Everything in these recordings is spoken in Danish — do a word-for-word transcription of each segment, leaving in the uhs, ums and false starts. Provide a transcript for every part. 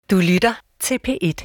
Du lytter til P et.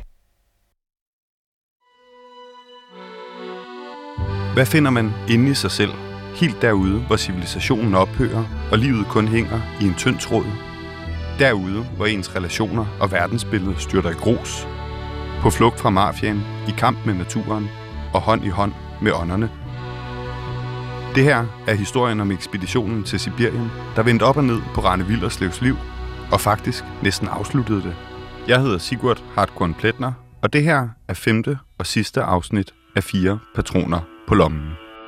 Hvad finder man inde i sig selv, helt derude, hvor civilisationen ophører, og livet kun hænger i en tynd tråd? Derude, hvor ens relationer og verdensbillede styrter i grus, på flugt fra mafiaen, i kamp med naturen og hånd i hånd med ånderne. Det her er historien om ekspeditionen til Sibirien, der vendte op og ned på Rane Willerslev liv, og faktisk næsten afsluttede det. Jeg hedder Sigurd Hartkorn Pletner, og det her er femte og sidste afsnit af Fire Patroner på lommen.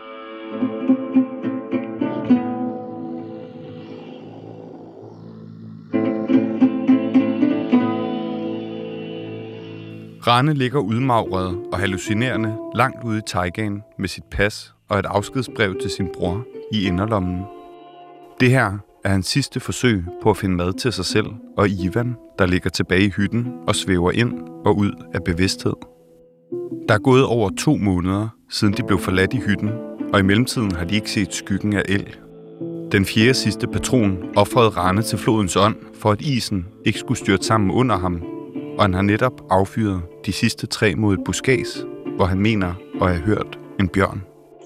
Rane ligger udmagret og hallucinerende langt ude i taigaen med sit pas og et afskedsbrev til sin bror i inderlommen. Det her er hans sidste forsøg på at finde mad til sig selv og Ivan, der ligger tilbage i hytten og svæver ind og ud af bevidsthed. Der er gået over to måneder, siden de blev forladt i hytten, og i mellemtiden har de ikke set skyggen af el. Den fjerde sidste patron ofrede Rane til flodens ånd, for at isen ikke skulle styrte sammen under ham, og han har netop affyret de sidste tre mod et buskads, hvor han mener at have hørt en bjørn.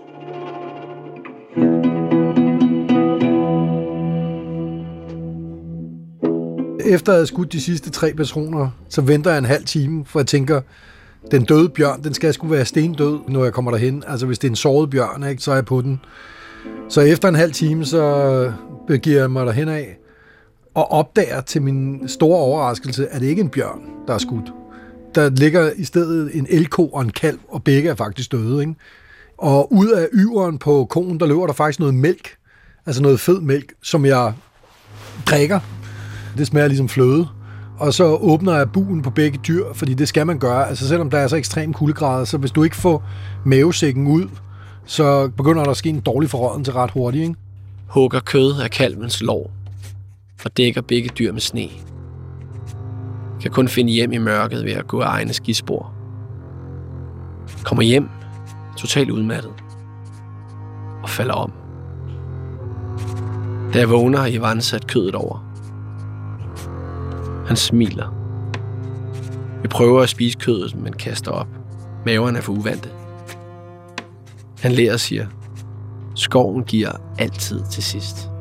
Efter at have skudt de sidste tre patroner, så venter jeg en halv time, for jeg tænker, den døde bjørn, den skal sgu være stendød, når jeg kommer derhen. Altså hvis det er en såret bjørn, ikke, så er jeg på den. Så efter en halv time, så begiver jeg mig derhen af, og opdager til min store overraskelse, at det ikke er en bjørn, der er skudt. Der ligger i stedet en elko og en kalv, og begge er faktisk døde. Ikke? Og ud af yveren på koen, der løber der faktisk noget mælk, altså noget fed mælk, som jeg drikker. Det smager ligesom fløde. Og så åbner jeg buen på begge dyr, fordi det skal man gøre. Altså selvom der er så ekstrem kuldegrader, så hvis du ikke får mavesækken ud, så begynder der at ske en dårlig forråden til ret hurtigt. Ikke? Hugger kød af kalvens lår og dækker begge dyr med sne. Kan kun finde hjem i mørket ved at gå af egne skispor. Kommer hjem, totalt udmattet, og falder om. Da jeg vågner, har Ivan sat kødet over. Han smiler. Vi prøver at spise kødet, men kaster op. Maven er for uvante. Han ler og siger, skoven giver altid til sidst.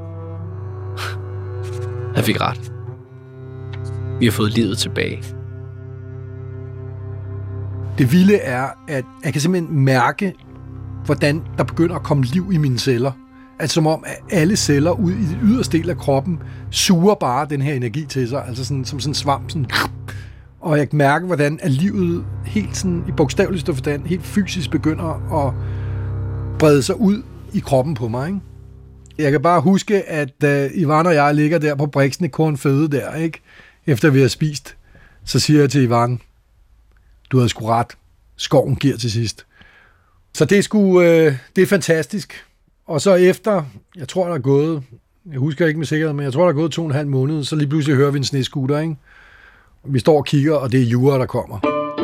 Han fik ret. Vi har fået livet tilbage. Det vilde er, at jeg kan simpelthen mærke, hvordan der begynder at komme liv i mine celler. Altså som om, at alle celler ude i det yderste del af kroppen suger bare den her energi til sig. Altså sådan, som sådan en svamp. Sådan. Og jeg kan mærke, hvordan at livet helt sådan, i bogstaveligste forstand, helt fysisk begynder at brede sig ud i kroppen på mig. Ikke? Jeg kan bare huske, at da Ivan og jeg ligger der på briksen i kornføde der, ikke? Efter vi har spist, så siger jeg til Ivan, du havde sgu ret. Skoven giver til sidst. Så det er sgu, øh, det er fantastisk. Og så efter, jeg tror, der er gået, jeg husker ikke med sikkerhed, men jeg tror, der er gået to og en halv måned, så lige pludselig hører vi en snescooter, ikke? Vi står og kigger, og det er Jura, der kommer.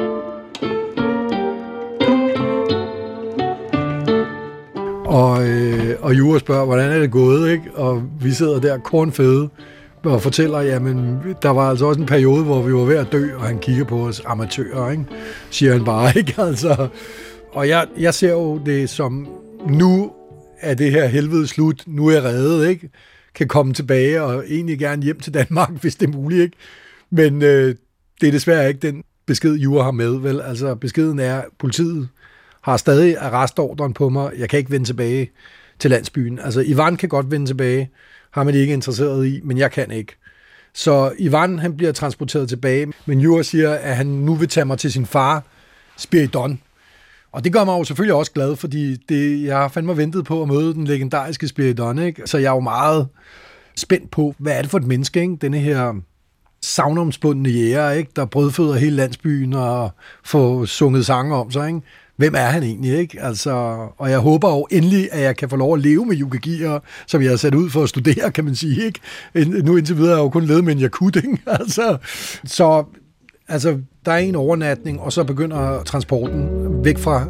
Og, øh, og Jura spørger, hvordan er det gået, ikke? Og vi sidder der kornfede og fortæller, jamen, der var altså også en periode, hvor vi var ved at dø, og han kigger på os amatører, ikke? Siger han bare, ikke? Altså, og jeg, jeg ser jo det som, nu er det her helvede slut, nu er jeg reddet, ikke? Kan komme tilbage og egentlig gerne hjem til Danmark, hvis det er muligt, ikke? Men øh, det er desværre ikke den besked, Jura har med, vel? Altså, beskeden er, politiet har stadig arrestordren på mig, jeg kan ikke vende tilbage til landsbyen. Altså, Ivan kan godt vende tilbage, har man ikke interesseret i, men jeg kan ikke. Så Ivan, han bliver transporteret tilbage, men Jura siger, at han nu vil tage mig til sin far, Spiridon. Og det gør mig jo selvfølgelig også glad, fordi det, jeg har fandme ventet på at møde den legendariske Spiridon, ikke? Så jeg er jo meget spændt på, hvad er det for et menneske, ikke? Denne her savnomsbundne jæger, ikke? Der brødføder hele landsbyen og får sunget sange om sig, ikke? Hvem er han egentlig, ikke? Altså, og jeg håber jo endelig, at jeg kan få lov at leve med yugagir, som jeg har sat ud for at studere, kan man sige, ikke? Nu indtil videre har jeg jo kun levet med en yakut, ikke? Altså, så altså, der er en overnatning, og så begynder transporten væk fra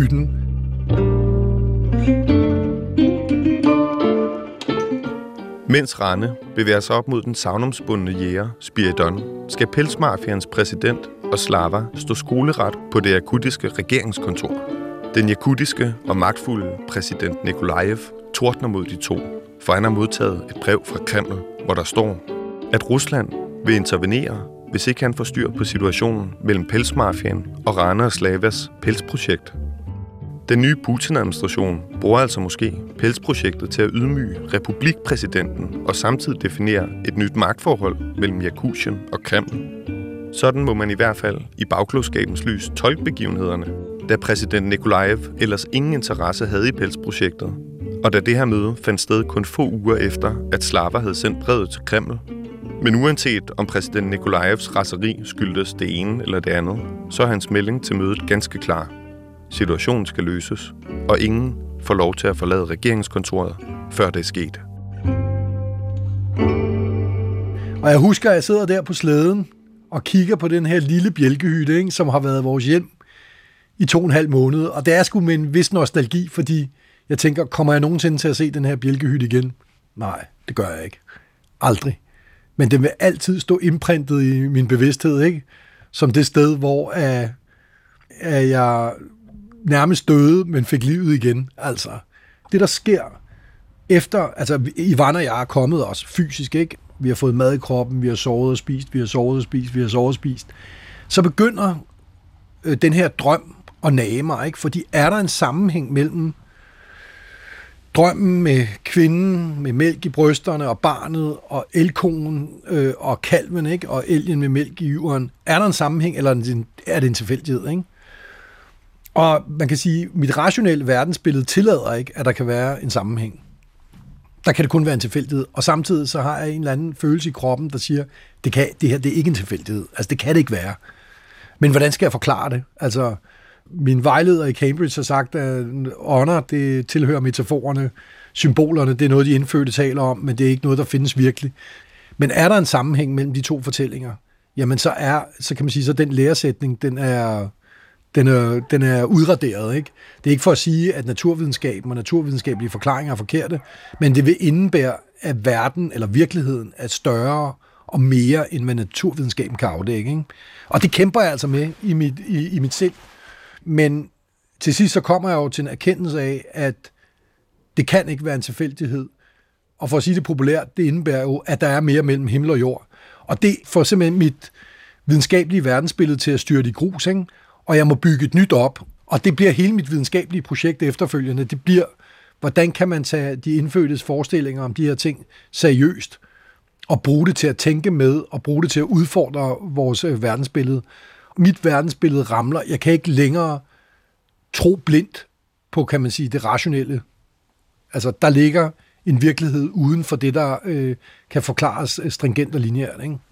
hytten. Mens Rane bevæger sig op mod den savnomsbundne jæger Spiridon, skal pelsmafians præsident og Slava stå skoleret på det jakutiske regeringskontor. Den jakutiske og magtfulde præsident Nikolajev tordner mod de to, for han har modtaget et brev fra Kreml, hvor der står, at Rusland vil intervenere, hvis ikke han får styr på situationen mellem pelsmafian og Rane og Slavas pelsprojekt. Den nye Putin-administration bruger altså måske pelsprojektet til at ydmyge republikpræsidenten og samtidig definere et nyt magtforhold mellem Jakutien og Kreml. Sådan må man i hvert fald i bagklogskabens lys tolke begivenhederne, da præsident Nikolajev ellers ingen interesse havde i pelsprojektet, og da det her møde fandt sted kun få uger efter, at Slava havde sendt brevet til Kreml. Men uanset om præsident Nikolajevs raseri skyldtes det ene eller det andet, så er hans melding til mødet ganske klar. Situationen skal løses, og ingen får lov til at forlade regeringskontoret, før det er sket. Og jeg husker, at jeg sidder der på slæden og kigger på den her lille bjælkehytte, ikke, som har været vores hjem i to og en halv måned. Og det er sgu med en vis nostalgi, fordi jeg tænker, kommer jeg nogensinde til at se den her bjælkehytte igen? Nej, det gør jeg ikke. Aldrig. Men den vil altid stå indprintet i min bevidsthed, ikke? Som det sted, hvor at, at jeg nærmest døde, men fik livet igen. Altså, det der sker efter, altså Ivan og jeg er kommet også fysisk, ikke? Vi har fået mad i kroppen, vi har sovet og spist, vi har sovet og spist, vi har sovet og spist. Så begynder øh, den her drøm at nage mig, ikke? Fordi er der en sammenhæng mellem drømmen med kvinden med mælk i brysterne og barnet og elkonen øh, og kalven, ikke? Og elgen med mælk i yveren. Er der en sammenhæng, eller er det en tilfældighed, ikke? Og man kan sige, at mit rationelle verdensbillede tillader ikke, at der kan være en sammenhæng. Der kan det kun være en tilfældighed. Og samtidig så har jeg en eller anden følelse i kroppen, der siger, det kan det her det er ikke en tilfældighed. Altså det kan det ikke være. Men hvordan skal jeg forklare det? Altså min vejleder i Cambridge har sagt, at ånder, det tilhører metaforerne, symbolerne, det er noget, de indfødte taler om, men det er ikke noget, der findes virkelig. Men er der en sammenhæng mellem de to fortællinger? Jamen så er, så kan man sige, så den læresætning, den er, den er, den er udraderet, ikke? Det er ikke for at sige, at naturvidenskaben og naturvidenskabelige forklaringer er forkerte, men det vil indebære, at verden eller virkeligheden er større og mere, end hvad naturvidenskaben kan afdække, ikke? Og det kæmper jeg altså med i mit, i, i mit sind. Men til sidst så kommer jeg jo til en erkendelse af, at det kan ikke være en tilfældighed. Og for at sige det populært, det indebærer jo, at der er mere mellem himmel og jord. Og det får simpelthen mit videnskabelige verdensbillede til at styre i grus, ikke? Og jeg må bygge et nyt op. Og det bliver hele mit videnskabelige projekt efterfølgende. Det bliver, hvordan kan man tage de indfødtes forestillinger om de her ting seriøst, og bruge det til at tænke med, og bruge det til at udfordre vores verdensbillede. Mit verdensbillede ramler. Jeg kan ikke længere tro blindt på, kan man sige, det rationelle. Altså, der ligger en virkelighed uden for det, der øh, kan forklares stringent og lineært, ikke?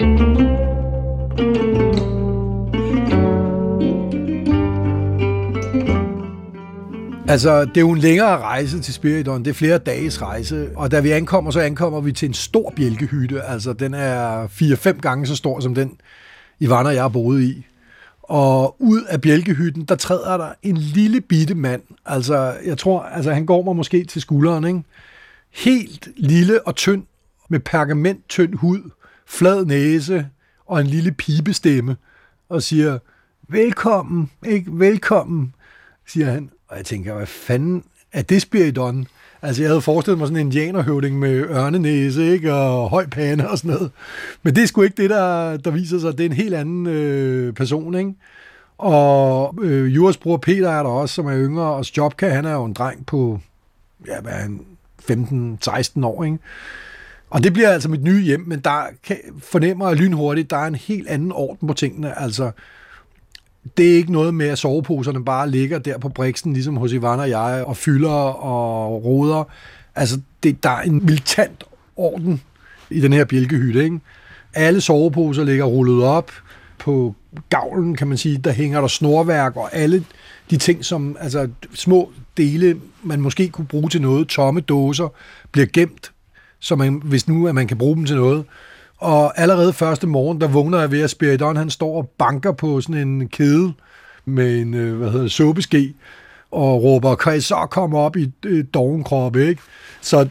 Altså, det er jo en længere rejse til Spiridon. Det er flere dages rejse. Og da vi ankommer, så ankommer vi til en stor bjælkehytte. Altså, den er fire-fem gange så stor, som den Ivan og jeg har boet i. Og ud af bjælkehytten, der træder der en lille bitte mand. Altså, jeg tror, altså, han går mig måske til skulderen, ikke? Helt lille og tynd, med pergament-tynd hud, flad næse og en lille pibestemme, og siger, velkommen, ikke? Velkommen, siger han. Og jeg tænker, hvad fanden er det Spiridon? Altså, jeg havde forestillet mig sådan en indianerhøvding med ørnenæse, ikke? Og høj pande og sådan noget. Men det er sgu ikke det, der, der viser sig. Det er en helt anden øh, person, ikke? Og øh, Juras bror Peter er der også, som er yngre, og Stjopka, han er jo en dreng på, ja, hvad er han, femten seksten år, ikke? Og det bliver altså mit nye hjem, men der kan, fornemmer jeg lynhurtigt, der er en helt anden orden på tingene. Altså, det er ikke noget med, at soveposerne bare ligger der på briksen, ligesom hos Ivan og jeg, og fylder og roder. Altså, det, der er en militant orden i den her bjælkehytte, ikke? Alle soveposer ligger rullet op. På gavlen, kan man sige, der hænger der snorværk, og alle de ting, som, altså små dele, man måske kunne bruge til noget, tomme dåser, bliver gemt, så man, hvis nu at man kan bruge dem til noget. Og allerede første morgen, der vågner jeg ved, at Spiridon, han står og banker på sådan en kedel med en, hvad hedder det, såbeske, og råber, kan I så komme op i et dovenkrop, ikke? Så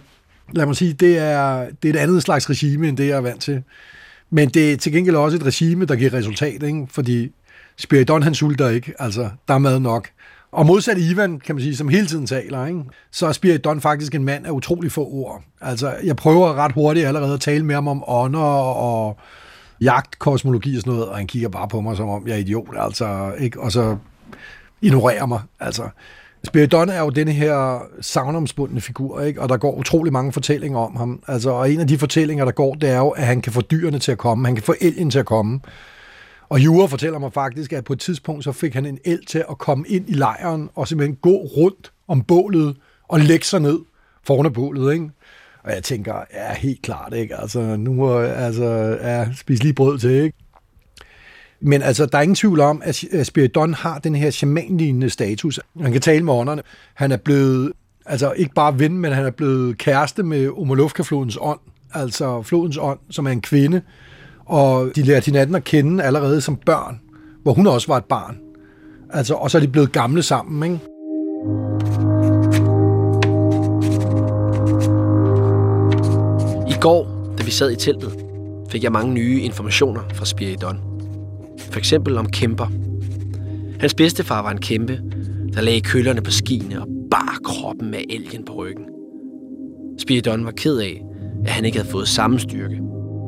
lad mig sige, det er, det er et andet slags regime, end det, jeg er vant til. Men det er til gengæld også et regime, der giver resultat, ikke? Fordi Spiridon, han sulter ikke. Altså, der er mad nok. Og modsat Ivan, kan man sige, som hele tiden taler, ikke? Så er Spiridon faktisk en mand af utrolig få ord. Altså, jeg prøver ret hurtigt allerede at tale med ham om ånder og jagtkosmologi og sådan noget, og han kigger bare på mig, som om jeg er idiot, altså, ikke? Og så ignorerer mig, altså. Spiridon er jo denne her savnomsbundne figur, ikke? Og der går utrolig mange fortællinger om ham. Altså, og en af de fortællinger, der går, det er jo, at han kan få dyrene til at komme. Han kan få elgen til at komme. Og Jura fortæller mig faktisk, at på et tidspunkt, så fik han en elg til at komme ind i lejren og simpelthen gå rundt om bålet og lægge sig ned foran bålet, ikke? Og jeg tænker, ja, helt klart, ikke? Altså, nu må altså, ja, spise lige brød til, ikke? Men altså, der er ingen tvivl om, at Spiridon har den her shamanlignende status. Han kan tale med ånderne. Han er blevet, altså ikke bare ven, men han er blevet kæreste med Omolovka-flodens ånd, altså flodens ånd, som er en kvinde. Og de lærte hinanden at kende allerede som børn, hvor hun også var et barn. Altså, og så er de blevet gamle sammen, ikke? I går, da vi sad i teltet, fik jeg mange nye informationer fra Spiridon. For eksempel om kæmper. Hans bedstefar var en kæmpe, der lagde køllerne på skiene og bar kroppen med elgen på ryggen. Spiridon var ked af, at han ikke havde fået samme styrke.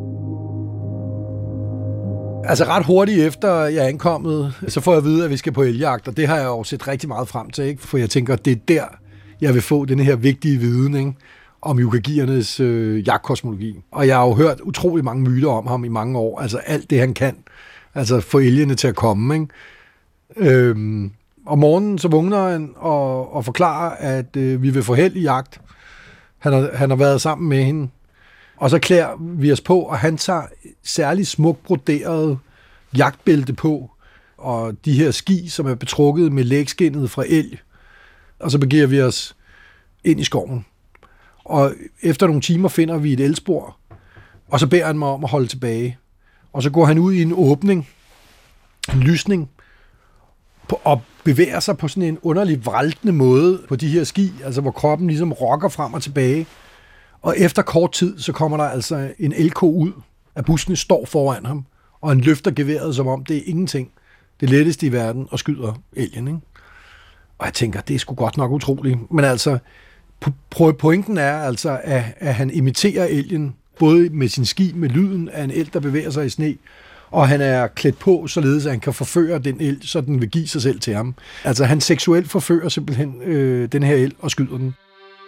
Altså ret hurtigt efter jeg er ankommet, så får jeg at vide, at vi skal på elgjagt, og det har jeg jo set rigtig meget frem til, ikke? For jeg tænker, det er der, jeg vil få den her vigtige viden, ikke? Om yukagiernes øh, jagtkosmologi. Og jeg har jo hørt utrolig mange myter om ham i mange år, altså alt det, han kan. Altså få elgene til at komme, ikke? Øhm, om morgenen så vågner han og, og forklarer, at øh, vi vil få held i jagt. Han har, han har været sammen med hende. Og så klæder vi os på, og han tager særligt smukt broderet jagtbælte på, og de her ski, som er betrukket med lægskindet fra elg. Og så begiver vi os ind i skoven. Og efter nogle timer finder vi et elgspor, og så beder han mig om at holde tilbage. Og så går han ud i en åbning, en lysning, på, og bevæger sig på sådan en underlig vraltende måde på de her ski, altså hvor kroppen ligesom rokker frem og tilbage. Og efter kort tid, så kommer der altså en elgko ud, at buskene står foran ham, og han løfter geværet, som om det er ingenting. Det letteste i verden, og skyder elgen, ikke? Og jeg tænker, det er sgu godt nok utroligt. Men altså, pointen er altså, at, at han imiterer elgen, både med sin ski, med lyden af en elg, der bevæger sig i sne, og han er klædt på, således at han kan forføre den elg, så den vil give sig selv til ham. Altså, han seksuelt forfører simpelthen øh, den her elg og skyder den.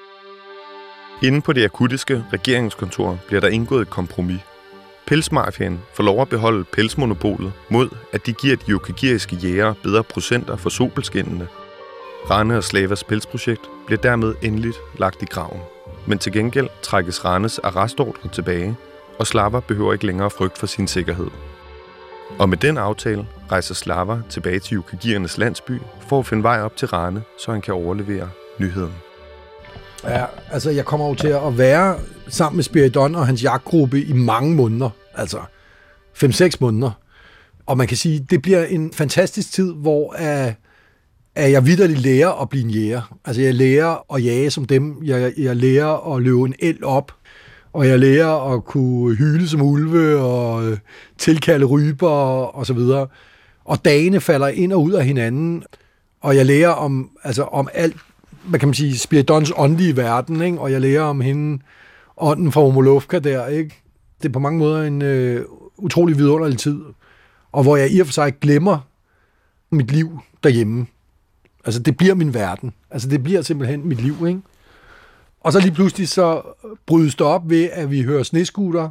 Inde på det akutiske regeringskontor bliver der indgået et kompromis. Pelsmafiaen får lov at beholde pelsmonopolet mod, at de giver de yukagiriske jægere bedre procenter for sobelskinnene. Rane og Slavas pelsprojekt bliver dermed endeligt lagt i graven. Men til gengæld trækkes Ranes arrestordre tilbage, og Slava behøver ikke længere frygt for sin sikkerhed. Og med den aftale rejser Slava tilbage til yukagiernes landsby for at finde vej op til Rane, så han kan overlevere nyheden. Ja, altså jeg kommer jo til at være sammen med Spiridon og hans jagtgruppe i mange måneder, altså fem seks måneder. Og man kan sige, det bliver en fantastisk tid, hvor at, at jeg vitterligt lærer at blive en jæger. Altså jeg lærer at jage som dem, jeg, jeg lærer at løbe en elg op, og jeg lærer at kunne hyle som ulve og tilkalde ryber og så videre. Og dagene falder ind og ud af hinanden, og jeg lærer om, altså om alt, hvad kan man sige, Spiridons åndelige verden, ikke? Og jeg lærer om hende, ånden fra Omolovka der, ikke? Det er på mange måder en øh, utrolig vidunderlig tid, og hvor jeg i og for sig glemmer mit liv derhjemme. Altså, det bliver min verden. Altså, det bliver simpelthen mit liv, ikke? Og så lige pludselig så brydes det op ved, at vi hører sneskuter,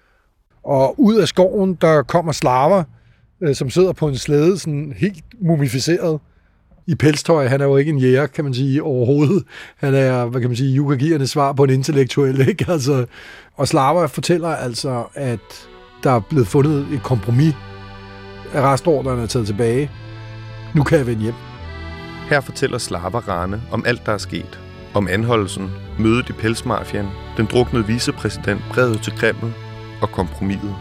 og ud af skoven, der kommer Slava, øh, som sidder på en slæde, sådan helt mumificeret, i pelstøj. Han er jo ikke en jæger, kan man sige, overhovedet. Han er, hvad kan man sige, yukagiernes svar på en intellektuel, ikke? Altså, og Slava fortæller altså, at der er blevet fundet et kompromis. Arrestordrene er taget tilbage. Nu kan jeg vende hjem. Her fortæller Slava Rane om alt, der er sket. Om anholdelsen, mødet i pelsmafiaen, den druknede vicepræsident, brevet til Kreml og kompromiset.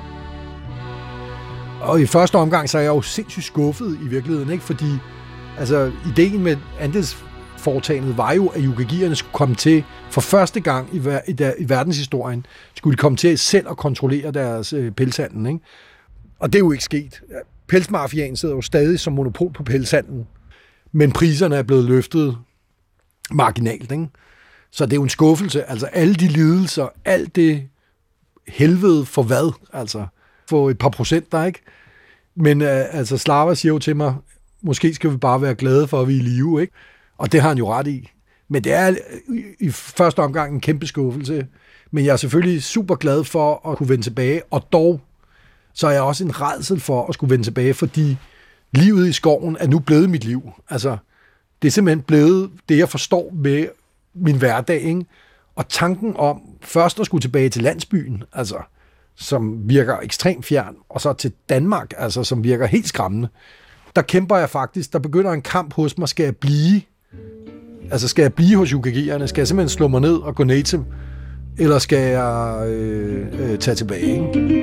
Og i første omgang, så er jeg jo sindssygt skuffet i virkeligheden, ikke? Fordi altså, ideen med foretagendet var jo, at yukagierne skulle komme til, for første gang i, ver- i, der, i verdenshistorien, skulle de komme til selv at kontrollere deres øh, pelshandel, ikke? Og det er jo ikke sket. Pelsmafiaen sidder jo stadig som monopol på pelshandlen, men priserne er blevet løftet marginalt, ikke? Så det er jo en skuffelse. Altså alle de lidelser, alt det helvede for hvad? Altså for et par procent der, ikke? Men øh, altså Slava siger jo til mig, måske skal vi bare være glade for, at vi er i live, ikke? Og det har han jo ret i. Men det er i første omgang en kæmpe skuffelse. Men jeg er selvfølgelig super glad for at kunne vende tilbage, og dog så er jeg også en rædsel for at skulle vende tilbage, fordi livet i skoven er nu blevet mit liv. Altså, det er simpelthen blevet det, jeg forstår med min hverdag, ikke? Og tanken om først at skulle tilbage til landsbyen, altså, som virker ekstremt fjern, og så til Danmark, altså, som virker helt skræmmende, der kæmper jeg faktisk, der begynder en kamp hos mig, skal jeg blive, altså skal jeg blive hos yukagierne, skal jeg simpelthen slå mig ned og gå native, eller skal jeg øh, øh, tage tilbage, ikke?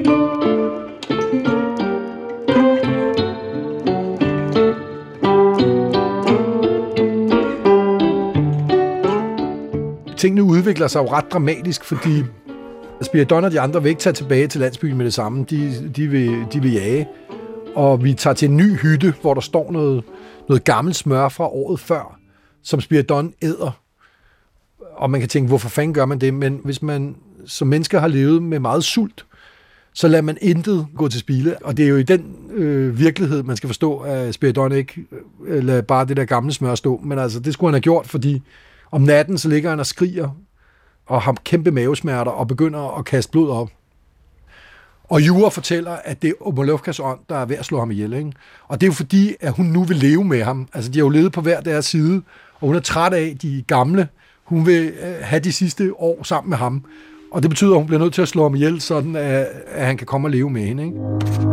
Tingene udvikler sig jo ret dramatisk, fordi Spiridon og de andre vil ikke tage tilbage til landsbyen med det samme. De, de, vil, de vil jage. Og vi tager til en ny hytte, hvor der står noget, noget gammelt smør fra året før, som Spiridon æder. Og man kan tænke, hvorfor fanden gør man det? Men hvis man som mennesker har levet med meget sult, så lader man intet gå til spilde. Og det er jo i den øh, virkelighed, man skal forstå, at Spiridon ikke øh, lader bare det der gamle smør stå. Men altså, det skulle han have gjort, fordi om natten, så ligger han og skriger, og har kæmpe mavesmerter, og begynder at kaste blod op. Og Jura fortæller, at det er Omolovkas ånd, der er ved at slå ham ihjel, ikke? Og det er jo fordi, at hun nu vil leve med ham. Altså, de har jo levet på hver deres side, og hun er træt af de gamle. Hun vil have de sidste år sammen med ham. Og det betyder, at hun bliver nødt til at slå ham ihjel, sådan at, at han kan komme og leve med hende, ikke?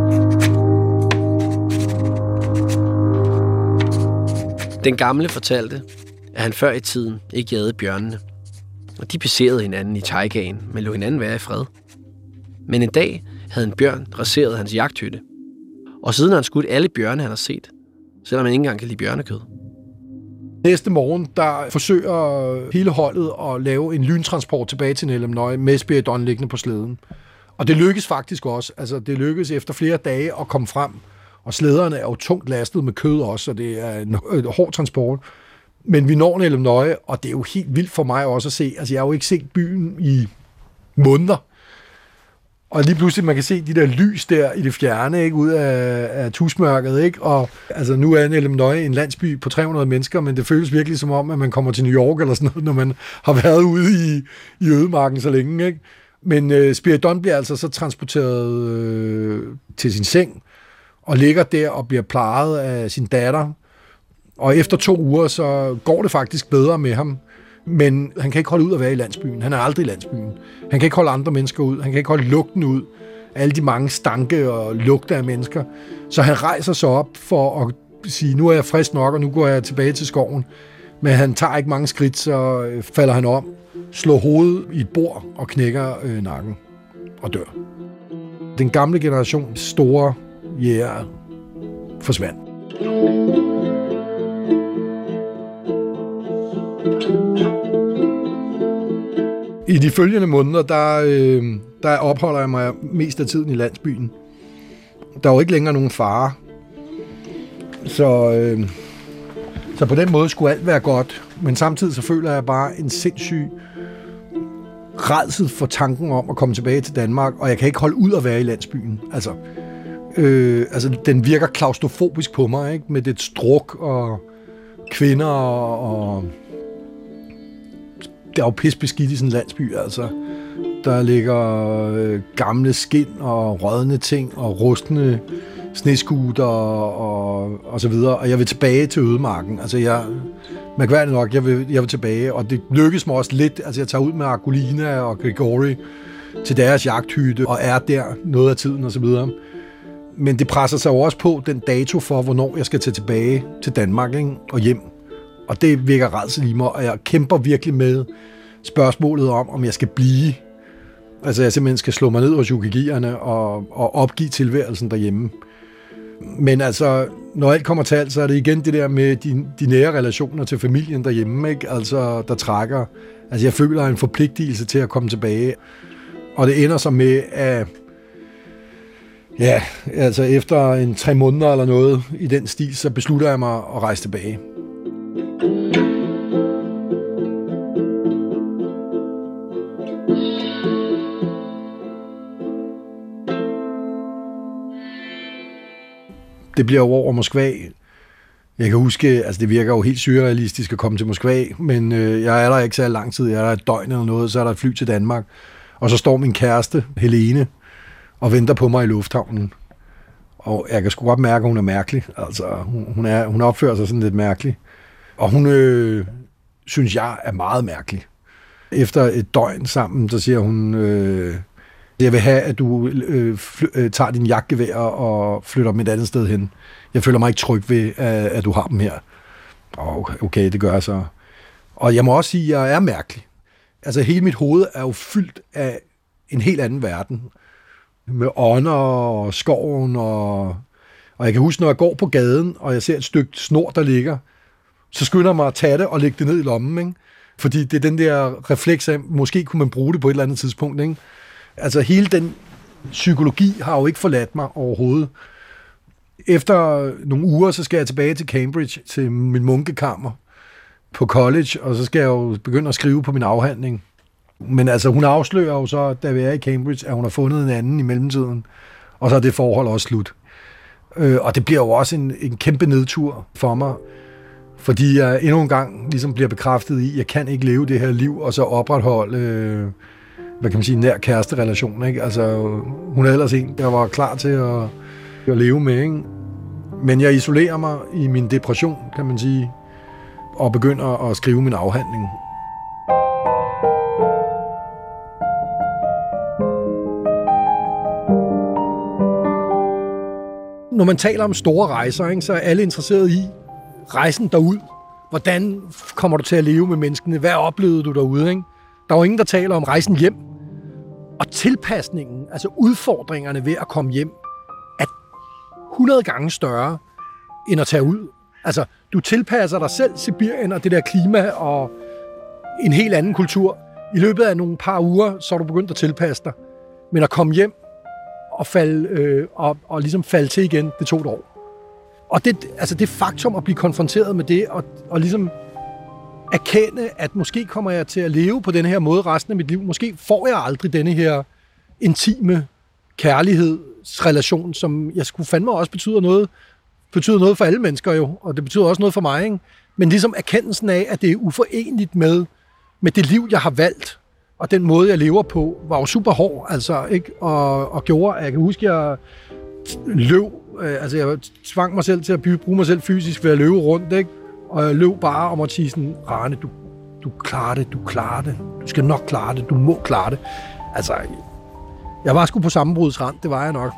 Den gamle fortalte, at han før i tiden ikke jagede bjørnene, og de passerede hinanden i taigaen, men lå hinanden være i fred. Men en dag havde en bjørn raseret hans jagthytte, og siden har han skudt alle bjørne, han har set, selvom han ikke engang kan lide bjørnekød. Næste morgen, der forsøger hele holdet at lave en lyntransport tilbage til Nelemnøje med Spiridon liggende på slæden. Og det lykkes faktisk også. Altså, det lykkes efter flere dage at komme frem, og slæderne er jo tungt lastet med kød også, så det er en hård transport. Men vi når Nelemnøje, og det er jo helt vildt for mig også at se. Altså, jeg har jo ikke set byen i måneder. Og lige pludselig, man kan se de der lys der i det fjerne, ikke, ud af, af tusmørket, ikke? Og altså, nu er Nelemnøje en landsby på tre hundrede mennesker, men det føles virkelig som om, at man kommer til New York eller sådan noget, når man har været ude i, i ødemarken så længe, ikke? Men øh, Spiridon bliver altså så transporteret øh, til sin seng, og ligger der og bliver plejet af sin datter. Og efter to uger, så går det faktisk bedre med ham. Men han kan ikke holde ud at være i landsbyen. Han er aldrig i landsbyen. Han kan ikke holde andre mennesker ud. Han kan ikke holde lugten ud. Alle de mange stanke og lugter af mennesker. Så han rejser sig op for at sige, nu er jeg frisk nok, og nu går jeg tilbage til skoven. Men han tager ikke mange skridt, så falder han om, slår hovedet i et bord og knækker øh, nakken og dør. Den gamle generations store jæger forsvandt. I de følgende måneder, der, øh, der opholder jeg mig mest af tiden i landsbyen. Der er jo ikke længere nogen fare. Så, øh, så på den måde skulle alt være godt. Men samtidig så føler jeg bare en sindssyg rædsel for tanken om at komme tilbage til Danmark, og jeg kan ikke holde ud at være i landsbyen. Altså, øh, altså den virker klaustrofobisk på mig, ikke? Med det struk og kvinder og... Det er jo pisbeskidt i sådan en landsby, altså. Der ligger øh, gamle skind og rådne ting og rustne sneskuter og, og, og så videre. Og jeg vil tilbage til ødemarken. Altså, jeg... Mærkværdigt nok, jeg vil, jeg vil tilbage. Og det lykkes mig også lidt. Altså, jeg tager ud med Argolina og Grigori til deres jagthytte og er der noget af tiden og så videre. Men det presser sig jo også på den dato for, hvornår jeg skal tage tilbage til Danmark, ikke? Og hjem. Og det vækker rædsel i mig, og jeg kæmper virkelig med spørgsmålet om, om jeg skal blive. Altså, jeg simpelthen skal slå mig ned hos yukagierne og, og opgive tilværelsen derhjemme. Men altså, når alt kommer til alt, så er det igen det der med de, de nære relationer til familien derhjemme, ikke? Altså, der trækker. Altså, jeg føler en forpligtelse til at komme tilbage. Og det ender så med, at ja, altså efter en tre måneder eller noget i den stil, så beslutter jeg mig at rejse tilbage. Det bliver jo over Moskva. Jeg kan huske, altså det virker jo helt surrealistisk at komme til Moskva, men øh, jeg er der ikke så lang tid. Jeg er der et døgn eller noget, så er der et fly til Danmark. Og så står min kæreste, Helene, og venter på mig i lufthavnen. Og jeg kan sgu godt mærke, at hun er mærkelig. Altså, hun, hun, er, hun opfører sig sådan lidt mærkelig. Og hun øh, synes, jeg er meget mærkelig. Efter et døgn sammen, så siger hun, øh, jeg vil have, at du øh, fly, øh, tager din jagtgevær og flytter dem et andet sted hen. Jeg føler mig ikke tryg ved, at, at du har dem her. Okay, okay, det gør jeg så. Og jeg må også sige, at jeg er mærkelig. Altså, hele mit hoved er jo fyldt af en helt anden verden. Med ånder og skoven. Og, og jeg kan huske, når jeg går på gaden, og jeg ser et stykke snor, der ligger, så skynder jeg mig at tage det og lægge det ned i lommen, ikke? Fordi det er den der refleks af, måske kunne man bruge det på et eller andet tidspunkt, ikke? Altså, hele den psykologi har jo ikke forladt mig overhovedet. Efter nogle uger, så skal jeg tilbage til Cambridge, til min munkekammer på college, og så skal jeg jo begynde at skrive på min afhandling. Men altså, hun afslører jo så, da vi er i Cambridge, at hun har fundet en anden i mellemtiden, og så er det forhold også slut. Øh, og det bliver jo også en, en kæmpe nedtur for mig, fordi jeg endnu en gang ligesom bliver bekræftet i, at jeg kan ikke leve det her liv, og så opretholde, øh, hvad kan man sige, nær kæresterelation, ikke? Altså, hun er ellers en, jeg var klar til at, at leve med, ikke? Men jeg isolerer mig i min depression, kan man sige, og begynder at skrive min afhandling. Når man taler om store rejser, ikke, så er alle interesseret i rejsen derud. Hvordan kommer du til at leve med menneskene? Hvad oplevede du derude? Ikke? Der er jo ingen, der taler om rejsen hjem. Og tilpasningen, altså udfordringerne ved at komme hjem, er hundrede gange større end at tage ud. Altså, du tilpasser dig selv Sibirien og det der klima og en helt anden kultur. I løbet af nogle par uger, så er du begyndt at tilpasse dig. Men at komme hjem og, falde, øh, og, og ligesom falde til igen, det tog et år. Og det, altså det faktum at blive konfronteret med det, og, og ligesom erkende, at måske kommer jeg til at leve på den her måde resten af mit liv. Måske får jeg aldrig denne her intime kærlighedsrelation, som jeg skulle fandme også betyder noget, betyder noget for alle mennesker jo, og det betyder også noget for mig, ikke? Men ligesom erkendelsen af, at det er uforeneligt med, med det liv, jeg har valgt, og den måde, jeg lever på, var jo super hård, altså, ikke? Og, og gjorde, jeg kan huske, jeg løb, øh, altså jeg tvang mig selv til at bruge mig selv fysisk ved at løbe rundt, ikke? Og jeg løb bare om at sige sådan, Rane, du, du klarer det, du klarer det, du skal nok klare det, du må klare det. Altså, jeg var sgu på sammenbrudsrand, det var jeg nok.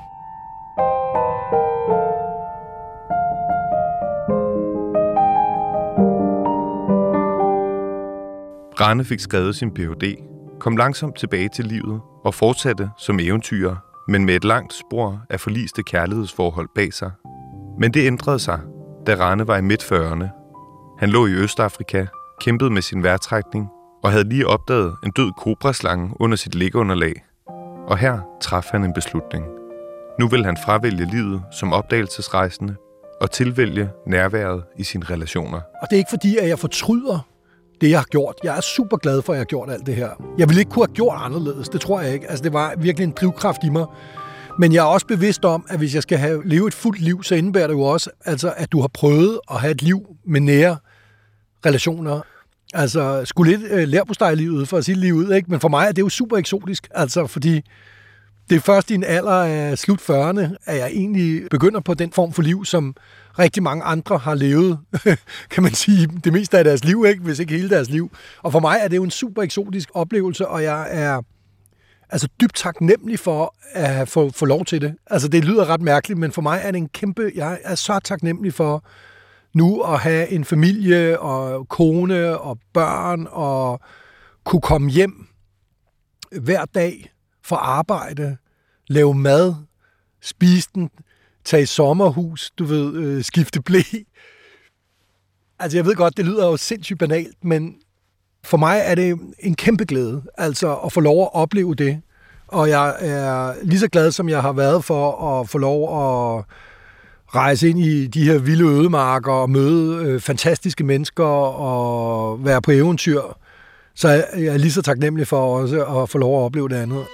Rane fik skrevet sin P H D, kom langsomt tilbage til livet og fortsatte som eventyrer, men med et langt spor af forliste kærlighedsforhold bag sig. Men det ændrede sig, da Rane var i midt fyrrerne. Han lå i Østafrika, kæmpede med sin vejrtrækning og havde lige opdaget en død kobraslange under sit liggeunderlag. Og her traf han en beslutning. Nu vil han fravælge livet som opdagelsesrejsende og tilvælge nærværet i sine relationer. Og det er ikke fordi, at jeg fortryder det, jeg har gjort. Jeg er super glad for, at jeg har gjort alt det her. Jeg ville ikke kunne have gjort anderledes, det tror jeg ikke. Altså, det var virkelig en drivkraft i mig. Men jeg er også bevidst om, at hvis jeg skal have leve et fuldt liv, så indebærer det jo også, altså, at du har prøvet at have et liv med nære relationer. Altså, skulle lidt uh, lærpostejlivet for at sige livet, ikke? Men for mig er det jo super eksotisk, altså, fordi det er først i en alder af slut fyrrerne, at jeg egentlig begynder på den form for liv, som rigtig mange andre har levet, kan man sige, det meste af deres liv, ikke? Hvis ikke hele deres liv. Og for mig er det jo en super eksotisk oplevelse, og jeg er altså dybt taknemmelig for at få, få lov til det. Altså, det lyder ret mærkeligt, men for mig er det en kæmpe, jeg er så taknemmelig for nu at have en familie og kone og børn og kunne komme hjem hver dag for arbejde, lave mad, spise den, tage i sommerhus, du ved, øh, skifte ble. Altså, jeg ved godt, det lyder jo sindssygt banalt, men for mig er det en kæmpe glæde, altså at få lov at opleve det. Og jeg er lige så glad, som jeg har været for at få lov at rejse ind i de her vilde ødemarker og møde øh, fantastiske mennesker og være på eventyr. Så jeg er lige så taknemmelig for også at få lov at opleve det andet.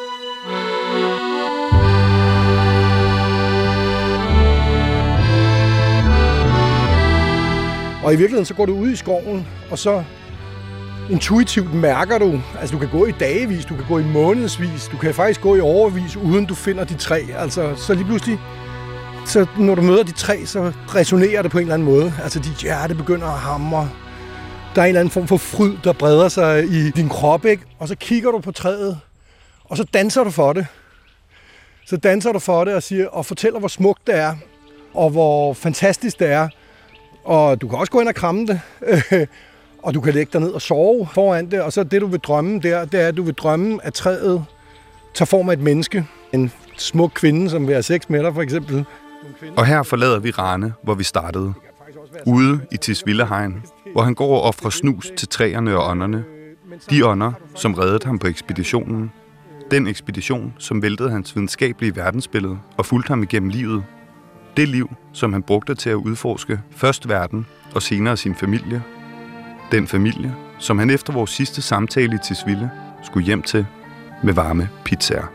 Og i virkeligheden, så går du ud i skoven, og så intuitivt mærker du, altså du kan gå i dagevis, du kan gå i månedsvis, du kan faktisk gå i overvis, uden du finder de træ. Altså, så lige pludselig, så når du møder de træ, så resonerer det på en eller anden måde. Altså, dit hjerte begynder at hamre. Der er en eller anden form for fryd, der breder sig i din krop, ikke? Og så kigger du på træet, og så danser du for det. Så danser du for det og, siger, og fortæller, hvor smukt det er, og hvor fantastisk det er. Og du kan også gå ind og kramme det, og du kan lægge dig ned og sove foran det. Og så det, du vil drømme der, det er, at du vil drømme, at træet tager form af et menneske. En smuk kvinde, som vil have sex med dig, for eksempel. Og her forlader vi Rane, hvor vi startede. Ude i Tisvildehegn, hvor han går og offrer snus til træerne og ånderne. De ånder, som reddede ham på ekspeditionen. Den ekspedition, som væltede hans videnskabelige verdensbillede og fulgte ham igennem livet. Det liv, som han brugte til at udforske først verden og senere sin familie. Den familie, som han efter vores sidste samtale i Tisvilde skulle hjem til med varme pizzaer.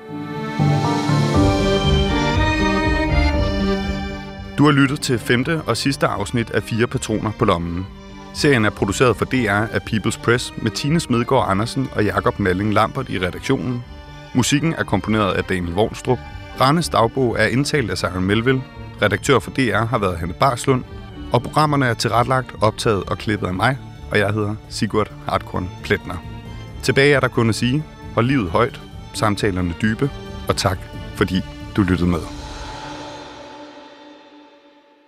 Du har lyttet til femte og sidste afsnit af Fire Patroner på lommen. Serien er produceret for D R af People's Press med Tine Smedegaard Andersen og Jakob Malling Lambert i redaktionen. Musikken er komponeret af Daniel Vognstrup. Ranes dagbog er indtalt af Søren Melville. Redaktør for D R har været Hanne Barslund. Og programmerne er tilrettelagt, optaget og klippet af mig. Og jeg hedder Sigurd Hartkorn Pletner. Tilbage er der kun at sige, hold livet højt, samtalerne dybe, og tak fordi du lyttede med.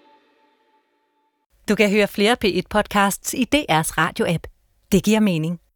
Du kan høre flere P et podcasts i D R's radio-app. Det giver mening.